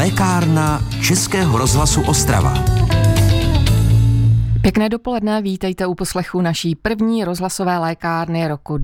Lékárna Českého rozhlasu Ostrava. Pěkné dopoledne, vítejte u poslechu naší první rozhlasové lékárny roku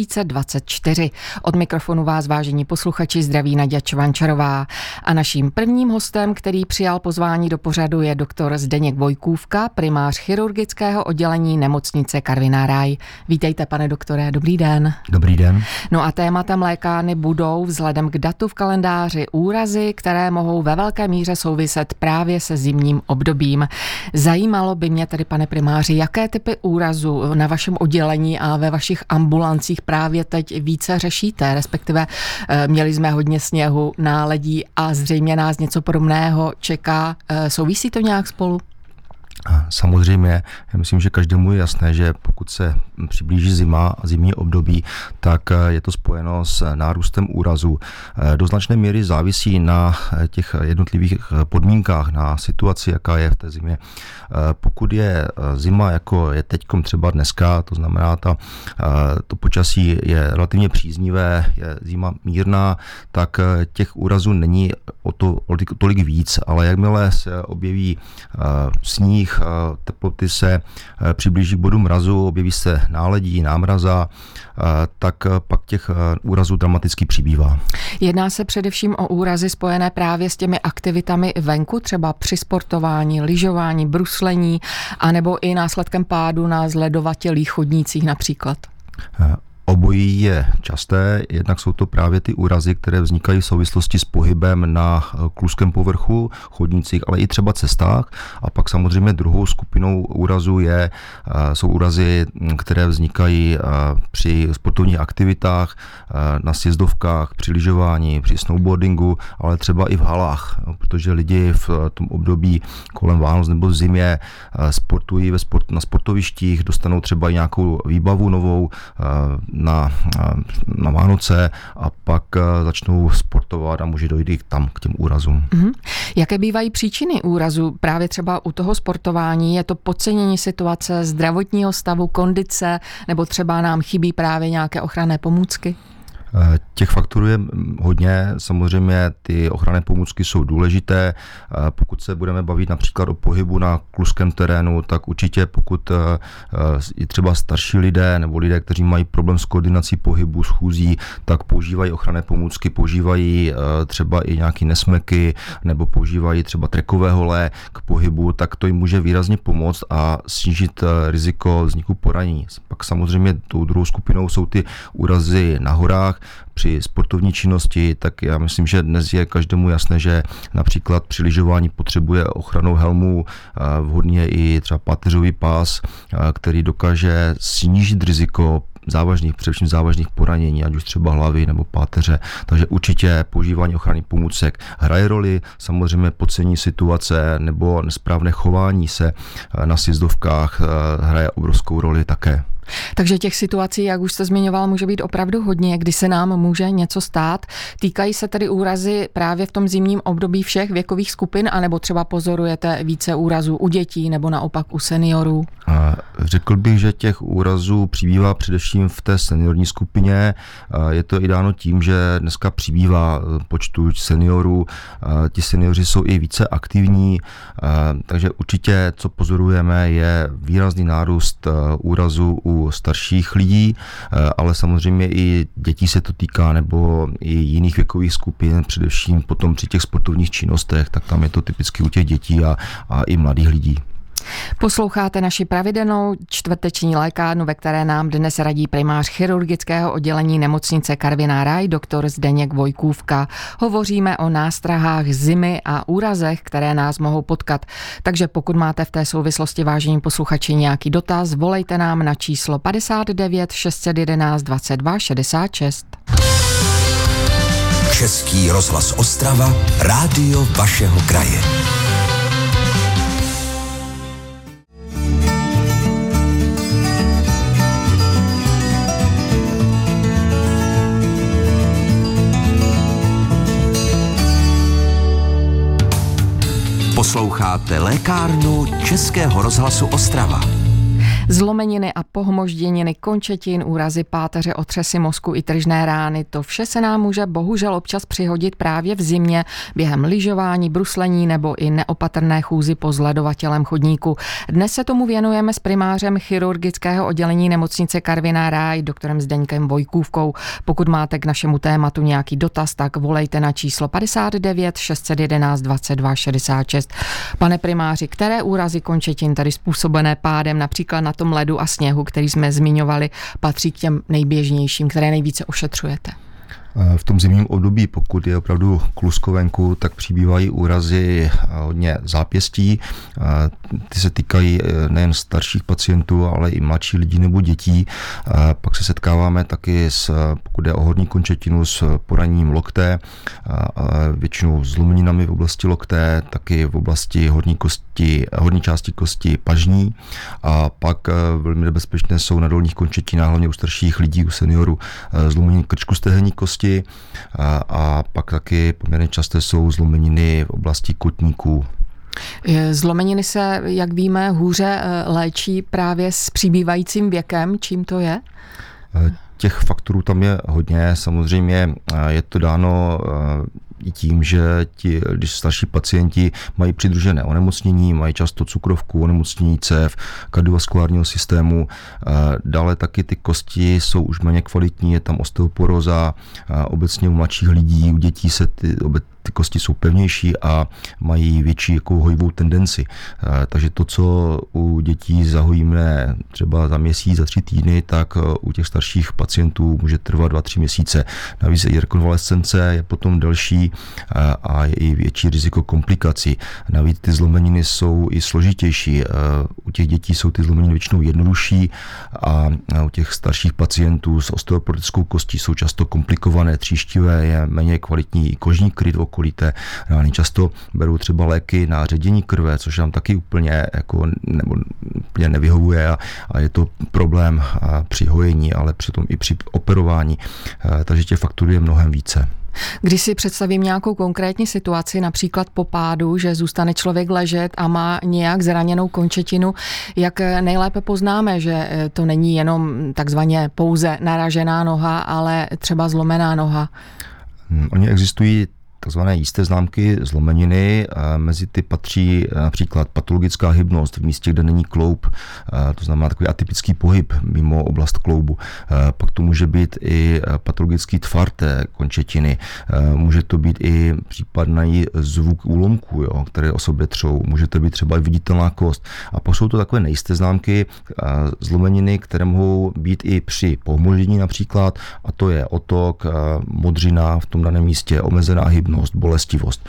2024. Od mikrofonu vás, vážení posluchači, zdraví Naďa Čvančarová. A naším prvním hostem, který přijal pozvání do pořadu, je doktor Zdeněk Vojkůvka, primář chirurgického oddělení nemocnice Karviná Ráj. Vítejte, pane doktore, dobrý den. Dobrý den. No a tématem lékárny budou vzhledem k datu v kalendáři úrazy, které mohou ve velké míře souviset právě se zimním obdobím. Zajímalo by mě tedy, pane primáři, jaké typy úrazu na vašem oddělení a ve vašich ambulancích právě teď více řešíte, respektive měli jsme hodně sněhu, náledí a zřejmě nás něco podobného čeká. Souvisí to nějak spolu? Samozřejmě, já myslím, že každému je jasné, že pokud se přiblíží zima a zimní období, tak je to spojeno s nárůstem úrazu. Do značné míry závisí na těch jednotlivých podmínkách, na situaci, jaká je v té zimě. Pokud je zima, jako je teďkom třeba dneska, to znamená, to počasí je relativně příznivé, je zima mírná, tak těch úrazů není tolik víc, ale jakmile se objeví sníh, teploty se přiblíží k bodu mrazu, objeví se náledí, námraza, tak pak těch úrazů dramaticky přibývá. Jedná se především o úrazy spojené právě s těmi aktivitami venku, třeba při sportování, lyžování, bruslení, anebo i následkem pádu na zledovatělých chodnících například? Obojí je časté, jednak jsou to právě ty úrazy, které vznikají v souvislosti s pohybem na kluském povrchu, chodnících, ale i třeba cestách. A pak samozřejmě druhou skupinou úrazů jsou úrazy, které vznikají při sportovních aktivitách, na sjezdovkách, při lyžování, při snowboardingu, ale třeba i v halách, protože lidi v tom období kolem Vánoc nebo v zimě sportují na sportovištích, dostanou třeba i nějakou výbavu novou na Vánoce a pak začnou sportovat a může dojít tam k těm úrazům. Jaké bývají příčiny úrazu? Právě třeba u toho sportování je to podcenění situace, zdravotního stavu, kondice, nebo třeba nám chybí právě nějaké ochranné pomůcky? Těch faktorů je hodně, samozřejmě ty ochranné pomůcky jsou důležité. Pokud se budeme bavit například o pohybu na kluském terénu, tak určitě pokud i třeba starší lidé nebo lidé, kteří mají problém s koordinací pohybu, schůzí, tak používají ochranné pomůcky, používají třeba i nějaké nesmeky nebo používají třeba trekové hole k pohybu, tak to jim může výrazně pomoct a snížit riziko vzniku poranění. Pak samozřejmě tou druhou skupinou jsou ty úrazy na horách. Při sportovní činnosti, tak já myslím, že dnes je každému jasné, že například při lyžování potřebuje ochranou helmu, vhodný je i třeba páteřový pás, který dokáže snížit riziko především závažných poranění, ať už třeba hlavy nebo páteře. Takže určitě používání ochranných pomůcek hraje roli, samozřejmě podcenění situace nebo nesprávné chování se na sjezdovkách hraje obrovskou roli také. Takže těch situací, jak už jste zmiňoval, může být opravdu hodně, kdy se nám může něco stát. Týkají se tedy úrazy právě v tom zimním období všech věkových skupin, anebo třeba pozorujete více úrazů u dětí nebo naopak u seniorů? Řekl bych, že těch úrazů přibývá především v té seniorní skupině. Je to i dáno tím, že dneska přibývá počtu seniorů. Ti seniori jsou i více aktivní, takže určitě, co pozorujeme, je výrazný nárůst úrazů u starších lidí, ale samozřejmě i dětí se to týká, nebo i jiných věkových skupin, především potom při těch sportovních činnostech, tak tam je to typicky u těch dětí a i mladých lidí. Posloucháte naši pravidelnou čtvrteční lékárnu, ve které nám dnes radí primář chirurgického oddělení nemocnice Karviná Ráj, doktor Zdeněk Vojkůvka. Hovoříme o nástrahách zimy a úrazech, které nás mohou potkat. Takže pokud máte v té souvislosti, vážení posluchači, nějaký dotaz, volejte nám na číslo 59 611 22 66. Český rozhlas Ostrava, rádio vašeho kraje. Posloucháte lékárnu Českého rozhlasu Ostrava. Zlomeniny a pohmožděniny končetin, úrazy páteře, otřesy mozku i tržné rány, to vše se nám může bohužel občas přihodit právě v zimě během lyžování, bruslení nebo i neopatrné chůzy po zledovatělém chodníku. Dnes se tomu věnujeme s primářem chirurgického oddělení nemocnice Karviná Ráj, doktorem Zdeňkem Vojkůvkou. Pokud máte k našemu tématu nějaký dotaz, tak volejte na číslo 59 611 22 66. Pane primáři, které úrazy končetin, tady způsobené pádem, například na tom ledu a sněhu, který jsme zmiňovali, patří k těm nejběžnějším, které nejvíce ošetřujete? V tom zimním období, pokud je opravdu klusko venku, tak přibývají úrazy hodně zápěstí. Ty se týkají nejen starších pacientů, ale i mladších lidí nebo dětí. Pak se setkáváme taky pokud je o horní končetinu, s poraněním lokte, většinou zlomeninami v oblasti lokte, taky v oblasti horní části kosti pažní. A pak velmi nebezpečné jsou na dolních končetinách, hlavně u starších lidí, u seniorů, zlomeniny krčku stehenní kosti. A pak taky poměrně časté jsou zlomeniny v oblasti kotníků. Zlomeniny se, jak víme, hůře léčí právě s přibývajícím věkem. Čím to je? Těch faktorů tam je hodně. Samozřejmě je to dáno i tím, že když starší pacienti mají přidružené onemocnění, mají často cukrovku, onemocnění cév, kardiovaskulárního systému. Dále taky ty kosti jsou už méně kvalitní, je tam osteoporóza, obecně u mladších lidí, u dětí se ty kosti jsou pevnější a mají větší hojivou tendenci. Takže to, co u dětí zahojíme třeba za měsíc, za 3 týdny, tak u těch starších pacientů může trvat 2-3 měsíce. Navíc i rekonvalescence je potom delší a je i větší riziko komplikací. Navíc ty zlomeniny jsou i složitější. U těch dětí jsou ty zlomeniny většinou jednodušší a u těch starších pacientů s osteoporotickou kostí jsou často komplikované, tříštivé, je méně kvalitní kožní kryt okolí té rány. Často berou třeba léky na ředění krve, což nám taky úplně nevyhovuje a je to problém při hojení, ale přitom i při operování. Takže těch faktorů je mnohem více. Když si představím nějakou konkrétní situaci, například po pádu, že zůstane člověk ležet a má nějak zraněnou končetinu, jak nejlépe poznáme, že to není jenom takzvaně pouze naražená noha, ale třeba zlomená noha? Oni existují takzvané jisté známky zlomeniny. Mezi ty patří například patologická hybnost v místě, kde není kloub, to znamená takový atypický pohyb mimo oblast kloubu. Pak to může být i patologický tvar té končetiny. Může to být i případný zvuk úlomků, které o sobě třou. Může to být třeba i viditelná kost. A pak jsou to takové nejisté známky zlomeniny, které mohou být i při pohmoždění například, a to je otok, modřina v tom daném místě, omezená hybnost, bolestivost.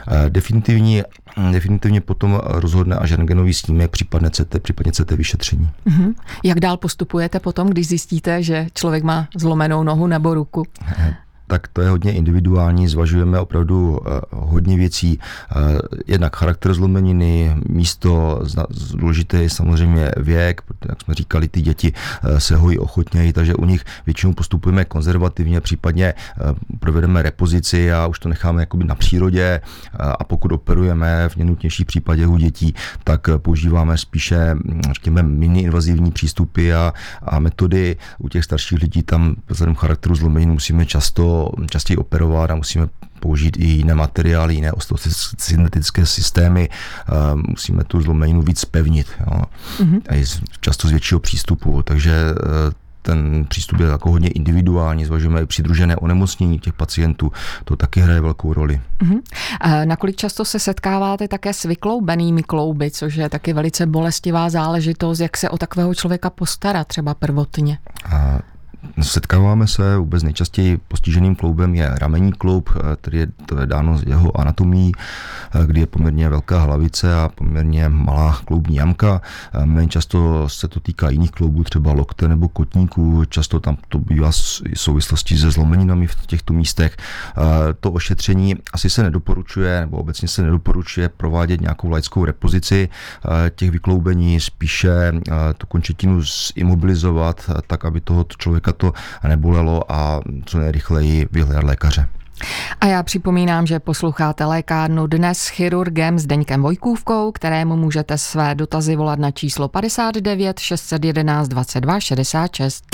Definitivně potom rozhodne až rentgenový snímek, případně CT vyšetření. Jak dál postupujete potom, když zjistíte, že člověk má zlomenou nohu nebo ruku? Tak to je hodně individuální, zvažujeme opravdu hodně věcí. Jednak charakter zlomeniny, místo, důležité je samozřejmě věk, protože, jak jsme říkali, ty děti se hojí ochotněji, takže u nich většinou postupujeme konzervativně, případně provedeme repozici a už to necháme jakoby na přírodě, a pokud operujeme v nejnutnějších případech u dětí, tak používáme spíše, řekněme, mini-invazivní přístupy a metody. U těch starších lidí tam vzhledem charakteru zlomeniny musíme častěji operovat a musíme použít i jiné materiály, jiné osteosyntetické systémy. Musíme tu zlomeninu víc pevnit. A často z většího přístupu. Takže ten přístup je jako hodně individuální, zvažujeme i přidružené onemocnění těch pacientů, to taky hraje velkou roli. Nakolik často se setkáváte také s vykloubenými klouby, což je taky velice bolestivá záležitost, jak se o takového člověka postarat třeba prvotně? Setkáváme se, vůbec nejčastěji postiženým kloubem je ramenní kloub, to je dáno z jeho anatomií, kdy je poměrně velká hlavice a poměrně malá kloubní jamka. Méně často se to týká jiných kloubů, třeba lokte nebo kotníků, často tam to bývá v souvislosti se zlomeninami v těchto místech. To ošetření asi se nedoporučuje, nebo obecně se nedoporučuje provádět nějakou laickou repozici těch vykloubení, spíše tu končetinu zimobilizovat tak, aby toho člověka to nebolelo a co nejrychleji vyhledat lékaře. A já připomínám, že posloucháte Lékárnu dnes s chirurgem Zdeňkem Vojkůvkou, kterému můžete své dotazy volat na číslo 59 611 22 66.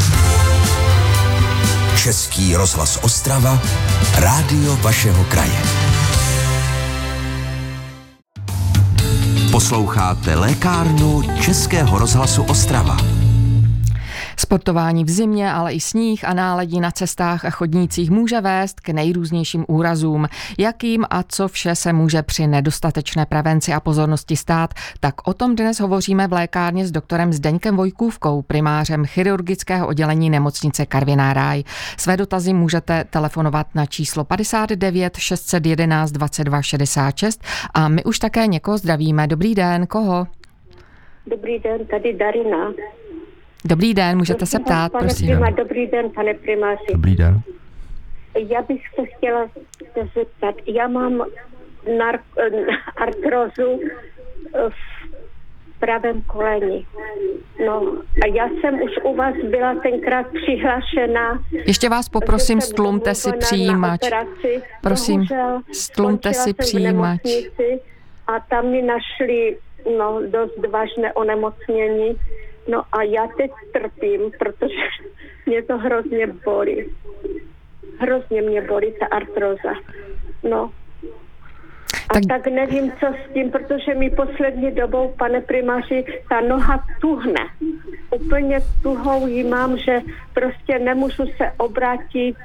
Český rozhlas Ostrava, rádio vašeho kraje. Posloucháte Lékárnu Českého rozhlasu Ostrava. Sportování v zimě, ale i sníh a náledí na cestách a chodnících může vést k nejrůznějším úrazům. Jakým a co vše se může při nedostatečné prevenci a pozornosti stát, tak o tom dnes hovoříme v lékárně s doktorem Zdeňkem Vojkůvkou, primářem chirurgického oddělení nemocnice Karviná Ráj. Své dotazy můžete telefonovat na číslo 59 611 22 66 a my už také někoho zdravíme. Dobrý den, koho? Dobrý den, tady Darina. Dobrý den, můžete se ptát. Dobrý den, pane primáři. Dobrý den. Já bych se chtěla zeptat, já mám artrózu v pravém koleni. No a já jsem už u vás byla tenkrát přihlášena. Ještě vás poprosím, stlumte si přijímač. Prosím, stlumte si přijímač. A tam mi našli dost vážné onemocnění. No a já teď trpím, protože mě to hrozně bolí. Hrozně mě bolí ta artróza. No. A tak nevím, co s tím, protože mi poslední dobou, pane primáři, ta noha tuhne. Úplně tuhou ji mám, že prostě nemůžu se obrátit.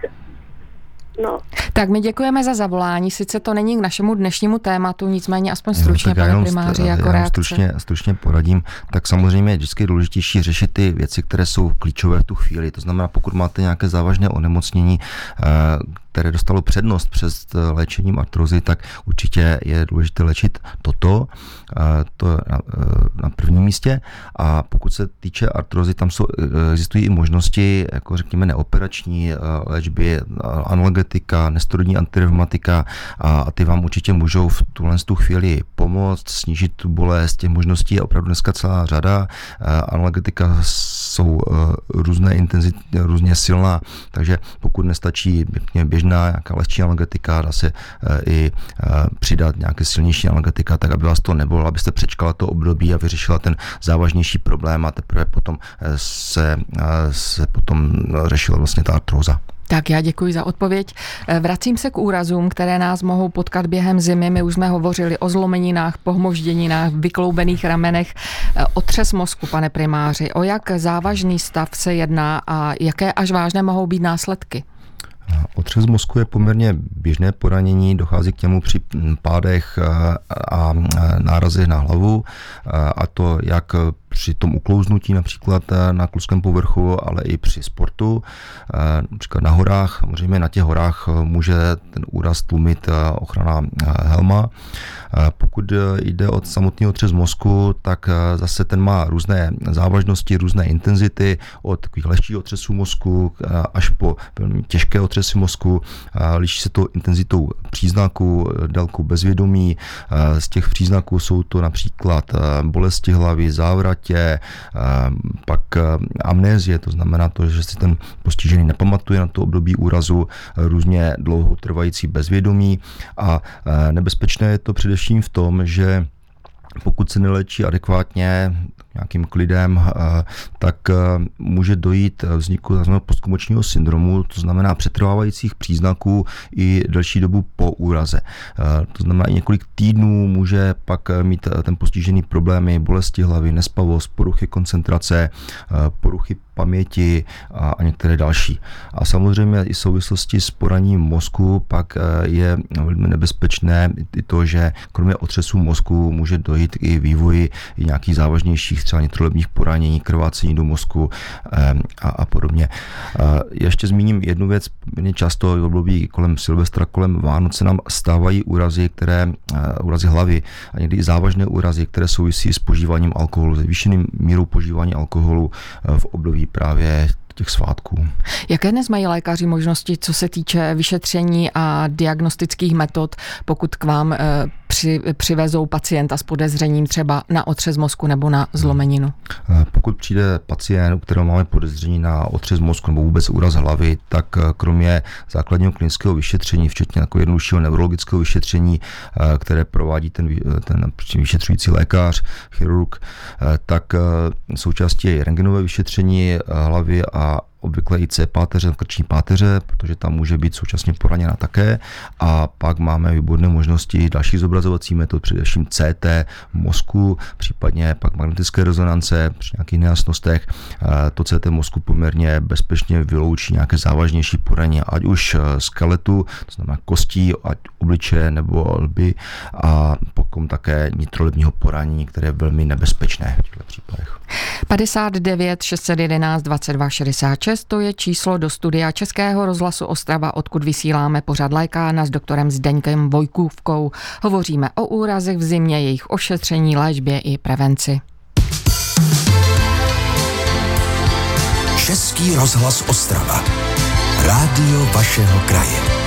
No. Tak my děkujeme za zavolání, sice to není k našemu dnešnímu tématu, nicméně aspoň stručně, pane primáři, jako reakce. Stručně poradím, tak samozřejmě je vždycky důležitější řešit ty věci, které jsou klíčové v tu chvíli. To znamená, pokud máte nějaké závažné onemocnění, které dostalo přednost před léčením artrózy, tak určitě je důležité léčit toto, to na prvním místě. A pokud se týče artrózy, tam existují i možnosti, jako řekněme, neoperační léčby, analgetika, nesteroidní antirevmatika a ty vám určitě můžou v tu chvíli pomoct, snížit tu bolest. Těch možností je opravdu dneska celá řada. Analgetika jsou různé intenzity, různě silná, takže pokud nestačí běžná nějaká lehčí analgetika, dá se i přidat nějaké silnější analgetika, tak aby vás to nebolelo, abyste přečkala to období a vyřešila ten závažnější problém a teprve potom se potom řešila vlastně ta artróza. Tak já děkuji za odpověď. Vracím se k úrazům, které nás mohou potkat během zimy. My už jsme hovořili o zlomeninách, pohmožděninách, vykloubených ramenech. Otřes mozku, pane primáři, o jak závažný stav se jedná a jaké až vážné mohou být následky? Otřes mozku je poměrně běžné poranění, dochází k němu při pádech a nárazech na hlavu, a to jak při tom uklouznutí například na kluzkém povrchu, ale i při sportu, například na horách. Samozřejmě na těch horách může ten úraz tlumit ochrana helma. Pokud jde o samotný otřes mozku, tak zase ten má různé závažnosti, různé intenzity, od takových lehčích otřesů mozku až po velmi těžké otřesy mozku. Liší se to intenzitou příznaků, délkou bezvědomí. Z těch příznaků jsou to například bolesti hlavy, závratě, pak amnézie, to znamená to, že si ten postižený nepamatuje na to období úrazu, různě dlouhotrvající bezvědomí a nebezpečné je to především v tom, že pokud se neléčí adekvátně nějakým klidem, tak může dojít vzniku postkomočního syndromu, to znamená přetrvávajících příznaků i delší dobu po úraze. To znamená i několik týdnů může pak mít ten postižený problémy, bolesti hlavy, nespavost, poruchy koncentrace, poruchy paměti a některé další. A samozřejmě i v souvislosti s poraněním mozku pak je velmi nebezpečné i to, že kromě otřesů mozku může dojít i vývoji i nějakých závažnějších třeba nitrolebních poranění, krvácení do mozku a podobně. Ještě zmíním jednu věc, velmi často v období kolem Silvestra, kolem Vánoce nám stávají úrazy hlavy a někdy i závažné úrazy, které souvisí s požíváním alkoholu, s zvýšeným mírou požívání alkoholu v období právě těch svátků. Jaké dnes mají lékaři možnosti, co se týče vyšetření a diagnostických metod, pokud k vám přivezou pacienta s podezřením třeba na otřes mozku nebo na zlomeninu? Pokud přijde pacient, u kterého máme podezření na otřes mozku nebo vůbec úraz hlavy, tak kromě základního klinického vyšetření, včetně jako jednoduššího neurologického vyšetření, které provádí ten vyšetřující lékař, chirurg, tak součástí je rentgenové vyšetření hlavy a obvykle i C páteře, krční páteře, protože tam může být současně poraněna také. A pak máme výborné možnosti dalších zobrazovací metod, především CT mozku, případně pak magnetické rezonance při nějakých nejasnostech. To CT mozku poměrně bezpečně vyloučí nějaké závažnější poranění, ať už skeletu, to znamená kostí, ať obličeje nebo lby, a potom také nitrolebního poranění, které je velmi nebezpečné v těchto případech. 59 611 22 66, to je číslo do studia Českého rozhlasu Ostrava, odkud vysíláme pořad Lékárna s doktorem Zdeňkem Vojkůvkou. Hovoříme o úrazech v zimě, jejich ošetření, léčbě i prevenci. Český rozhlas Ostrava. Rádio vašeho kraje.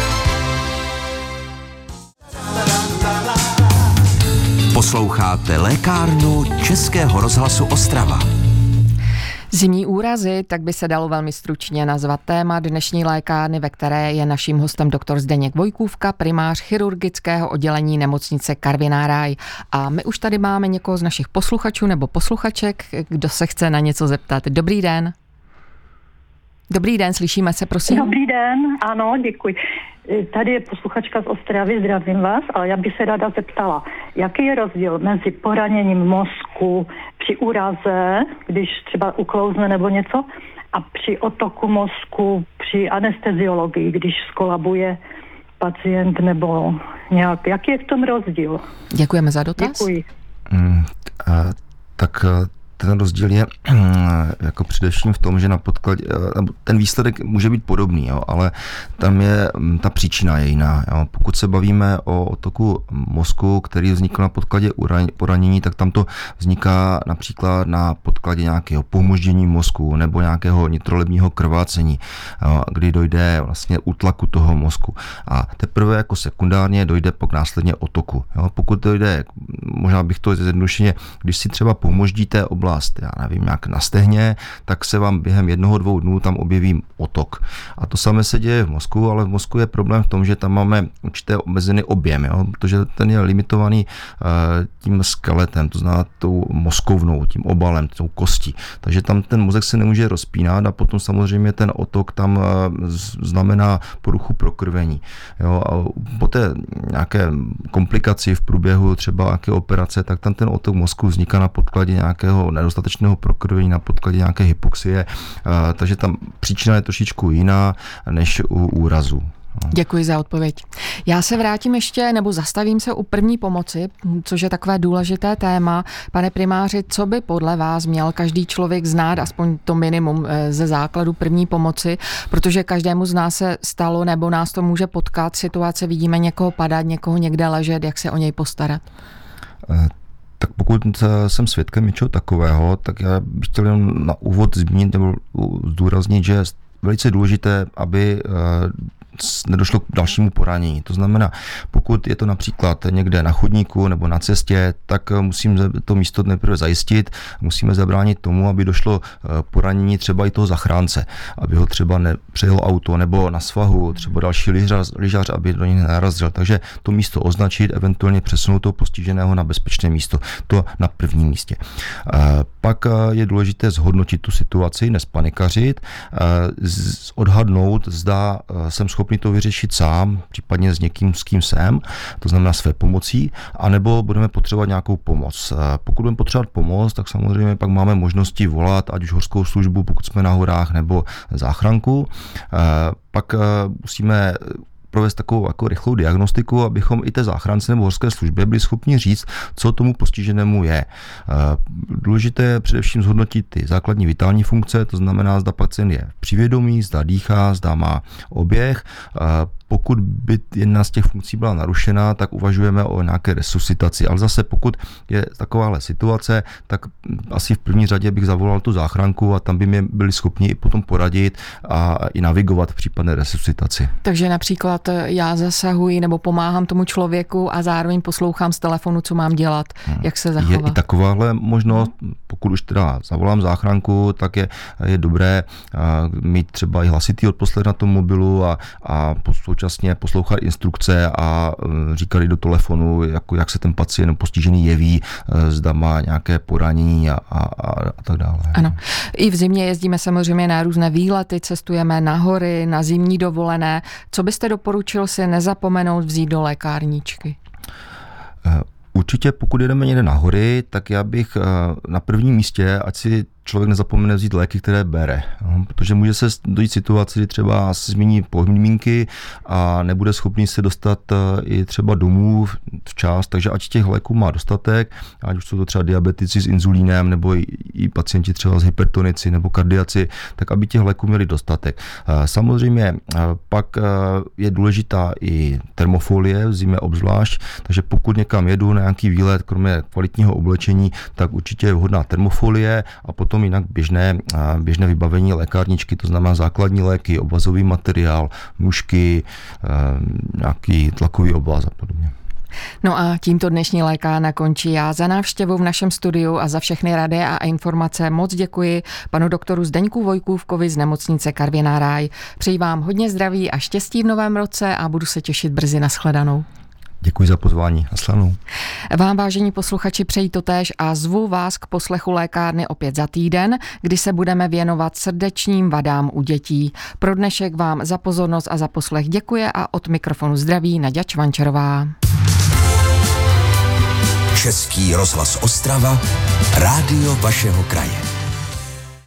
Posloucháte Lékárnu Českého rozhlasu Ostrava. Zimní úrazy, tak by se dalo velmi stručně nazvat téma dnešní lékárny, ve které je naším hostem doktor Zdeněk Vojkůvka, primář chirurgického oddělení nemocnice Karviná Ráj. A my už tady máme někoho z našich posluchačů nebo posluchaček, kdo se chce na něco zeptat. Dobrý den. Dobrý den, slyšíme se, prosím. Dobrý den, ano, děkuji. Tady je posluchačka z Ostravy, zdravím vás, ale já bych se ráda zeptala, jaký je rozdíl mezi poraněním mozku při úraze, když třeba uklouzne nebo něco, a při otoku mozku při anesteziologii, když skolabuje pacient nebo nějak. Jaký je v tom rozdíl? Děkujeme za dotaz. Děkuji. Tak ten rozdíl je jako především v tom, že na podkladě, ten výsledek může být podobný, jo, ale tam je, ta příčina je jiná. Jo. Pokud se bavíme o otoku mozku, který vznikl na podkladě poranění, tak tam to vzniká například na podkladě nějakého pomoždění mozku nebo nějakého nitrolebního krvácení, jo, kdy dojde vlastně útlaku toho mozku. A teprve jako sekundárně dojde pak následně otoku. Jo. Pokud dojde, možná bych to zjednodušeně, když si třeba pomoždíte oblast, já nevím, nějak na stehně, tak se vám během 1-2 dnů tam objeví otok. A to samé se děje v mozku, ale v mozku je problém v tom, že tam máme určité omezený objem, jo? Protože ten je limitovaný tím skeletem, to znamená tou mozkovnou, tím obalem, tou kostí. Takže tam ten mozek se nemůže rozpínat a potom samozřejmě ten otok tam znamená poruchu prokrvení. Jo? A po té nějaké komplikaci v průběhu třeba nějaké operace, tak tam ten otok mozku vzniká na podkladě nějakého nedostatečného prokrvení, na podkladě nějaké hypoxie, takže tam příčina je trošičku jiná než u úrazu. Děkuji za odpověď. Já se vrátím ještě, nebo zastavím se u první pomoci, což je takové důležité téma. Pane primáři, co by podle vás měl každý člověk znát, aspoň to minimum ze základu první pomoci, protože každému z nás se stalo, nebo nás to může potkat, situace, vidíme někoho padat, někoho někde ležet, jak se o něj postarat? Tak pokud jsem svědkem něčeho takového, tak já bych chtěl jen na úvod zmínit nebo zdůraznit, že je velice důležité, aby nedošlo k dalšímu poranění. To znamená, pokud je to například někde na chodníku nebo na cestě, tak musíme to místo nejprve zajistit, musíme zabránit tomu, aby došlo poranění třeba i toho zachránce, aby ho třeba nepřejelo auto nebo na svahu, třeba další lyžař, aby do něj narazil. Takže to místo označit, eventuálně přesunout toho postiženého na bezpečné místo. To na prvním místě. Pak je důležité zhodnotit tu situaci, nespanikařit, odhadnout, zda jsem schopný to vyřešit sám, případně s někým, s kým jsem, to znamená své pomocí, anebo budeme potřebovat nějakou pomoc. Pokud budeme potřebovat pomoc, tak samozřejmě pak máme možnosti volat, ať už horskou službu, pokud jsme na horách, nebo záchranku. Pak musíme provést takovou jako rychlou diagnostiku, abychom i té záchrance nebo horské službě byli schopni říct, co tomu postiženému je. Důležité je především zhodnotit ty základní vitální funkce, to znamená, zda pacient je při vědomí, zda dýchá, zda má oběh. Pokud by jedna z těch funkcí byla narušená, tak uvažujeme o nějaké resuscitaci. Ale zase pokud je takováhle situace, tak asi v první řadě bych zavolal tu záchranku a tam by mě byli schopni i potom poradit a i navigovat v případné resuscitaci. Takže například například já zasahuji nebo pomáhám tomu člověku a zároveň poslouchám z telefonu, co mám dělat, jak se zachovat. Je i takováhle možnost, pokud už teda zavolám záchranku, tak je dobré mít třeba i hlasitý odposlech na tom mobilu a současně poslouchat instrukce a říkat do telefonu, jak se ten pacient postižený jeví, zda má nějaké poranění a tak dále. Ano. I v zimě jezdíme samozřejmě na různé výlety, cestujeme na hory, na zimní dovolené. Co byste doporučil si nezapomenout vzít do lékárničky? Určitě, pokud jedeme někde na hory, tak já bych na prvním místě, ať si člověk nezapomene vzít léky, které bere. Protože může se dojít situaci, kdy třeba se změní podmínky a nebude schopný se dostat i třeba domů včas, takže ať těch léků má dostatek, ať už jsou to třeba diabetici s inzulínem, nebo i pacienti třeba s hypertonici nebo kardiaci, tak aby těch léků měli dostatek. Samozřejmě pak je důležitá i termofolie, v zimě obzvlášť, takže pokud někam jedu na nějaký výlet, kromě kvalitního oblečení, tak určitě je vhodná termofolie a potom jinak běžné vybavení lékárničky, to znamená základní léky, obvazový materiál, nůžky, nějaký tlakový obvaz a podobně. No a tímto dnešní lékárna končí. Já za návštěvu v našem studiu a za všechny rady a informace moc děkuji panu doktoru Zdeňku Vojkůvkovi z nemocnice Karviná Ráj. Přeji vám hodně zdraví a štěstí v novém roce a budu se těšit brzy na shledanou. Děkuji za pozvání. Naschledanou. Vám, vážení posluchači, přeji totéž a zvu vás k poslechu lékárny opět za týden, kdy se budeme věnovat srdečním vadám u dětí. Pro dnešek vám za pozornost a za poslech děkuje a od mikrofonu zdraví Naďa Čvančerová. Český rozhlas Ostrava, rádio vašeho kraje.